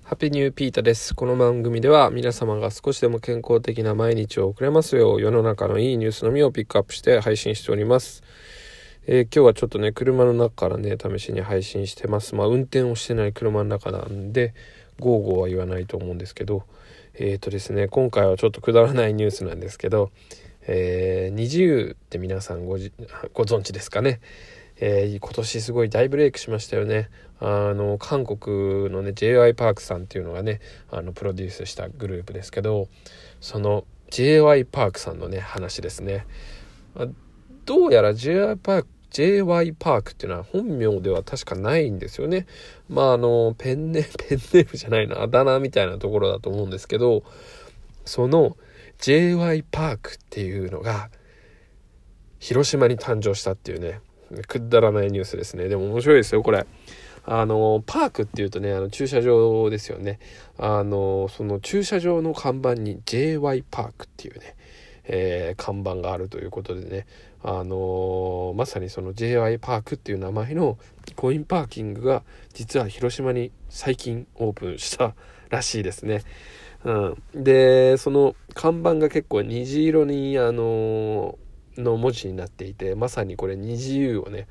ハッピーニューピータです。この番組では皆様が少しでも健康的な毎日を送れますよう世の中のいいニュースのみをピックアップして配信しております。今日はちょっとね車の中からね試しに配信してます。運転をしてない車の中なんでゴーゴーは言わないと思うんですけどですね今回はちょっとくだらないニュースなんですけどNiziUって皆さんご存知ですかね。今年すごい大ブレイクしましたよね。韓国のね J.Y.Park さんっていうのがねプロデュースしたグループですけど、その J.Y.Park さんのね話ですね。どうやら J.Y.Park っていうのは本名では確かないんですよね。ペンネームじゃないな、あだ名みたいなところだと思うんですけど、その J.Y.Park っていうのが広島に誕生したっていうねくだらないニュースですね。でも面白いですよこれ。パークっていうとね駐車場ですよね。その駐車場の看板に J.Y. パークっていうね、看板があるということでね、まさにその J.Y. パークっていう名前のコインパーキングが実は広島に最近オープンしたらしいですね。でその看板が結構虹色にの文字になっていて、まさにこれNiziUをね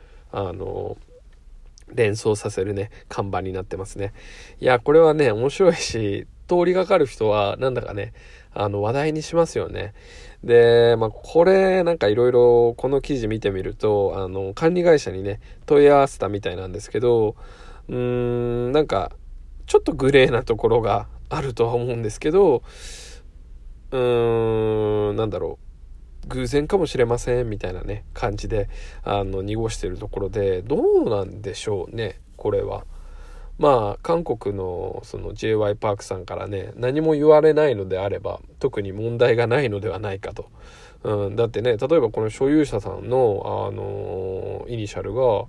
連想させるね看板になってますね。いやこれはね面白いし、通りがかる人はなんだかね話題にしますよね。でこれなんかいろいろこの記事見てみると管理会社にね問い合わせたみたいなんですけど、なんかちょっとグレーなところがあるとは思うんですけど、なんだろう、偶然かもしれませんみたいなね感じで濁してるところで、どうなんでしょうねこれは。韓国のその J.Y. パークさんからね何も言われないのであれば特に問題がないのではないかと。だってね、例えばこの所有者さんのイニシャルが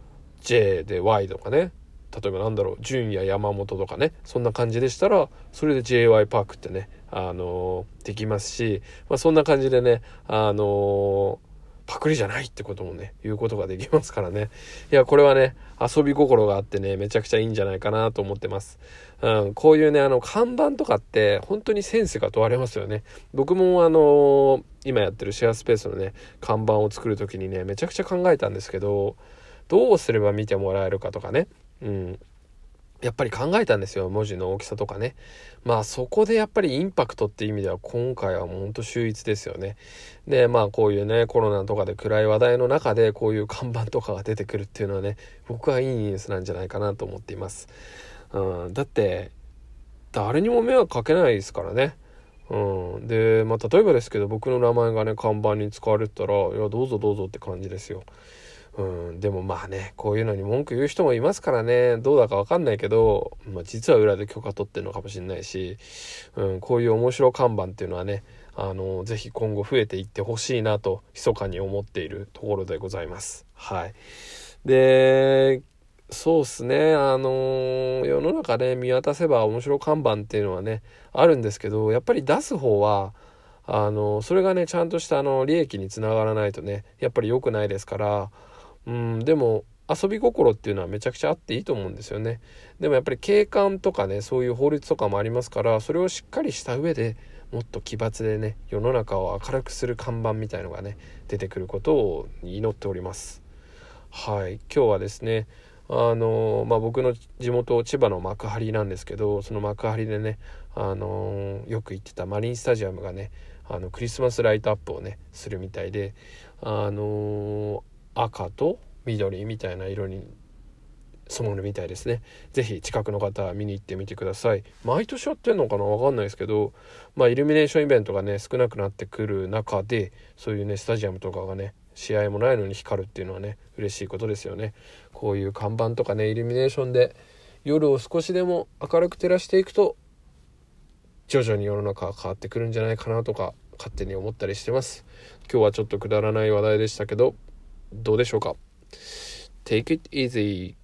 J で Y とかね、例えば純也山本とかね、そんな感じでしたらそれで J.Y. パークってねできますし、そんな感じでねパクリじゃないってこともね言うことができますからね。いやこれはね遊び心があってねめちゃくちゃいいんじゃないかなと思ってます。こういうね看板とかって本当にセンスが問われますよね。僕も今やってるシェアスペースのね看板を作る時にねめちゃくちゃ考えたんですけど、どうすれば見てもらえるかとかね、やっぱり考えたんですよ。文字の大きさとかね。そこでやっぱりインパクトっていう意味では今回はほんと秀逸ですよね。でこういうねコロナとかで暗い話題の中でこういう看板とかが出てくるっていうのはね僕はいいニュースなんじゃないかなと思っています。だって誰にも迷惑かけないですからね。で例えばですけど僕の名前がね看板に使われてたらいやどうぞどうぞって感じですよ。でもこういうのに文句言う人もいますからね、どうだかわかんないけど、実は裏で許可取ってるのかもしれないし、こういう面白看板っていうのはねぜひ今後増えていってほしいなと密かに思っているところでございます。はい。でそうっすね、世の中ね見渡せば面白看板っていうのはねあるんですけど、やっぱり出す方はそれがねちゃんとした利益につながらないとねやっぱり良くないですから、でも遊び心っていうのはめちゃくちゃあっていいと思うんですよね。でもやっぱり景観とかねそういう法律とかもありますから、それをしっかりした上でもっと奇抜でね世の中を明るくする看板みたいのがね出てくることを祈っております。はい。今日はですね僕の地元千葉の幕張なんですけど、その幕張でねよく行ってたマリンスタジアムがねクリスマスライトアップをねするみたいで、赤と緑みたいな色に染まるみたいですね。ぜひ近くの方は見に行ってみてください。毎年やってんのかなわかんないですけど、イルミネーションイベントがね少なくなってくる中でそういうねスタジアムとかがね試合もないのに光るっていうのはね嬉しいことですよね。こういう看板とかねイルミネーションで夜を少しでも明るく照らしていくと徐々に世の中が変わってくるんじゃないかなとか勝手に思ったりしてます。今日はちょっとくだらない話題でしたけどどうでしょうか。 Take it easy.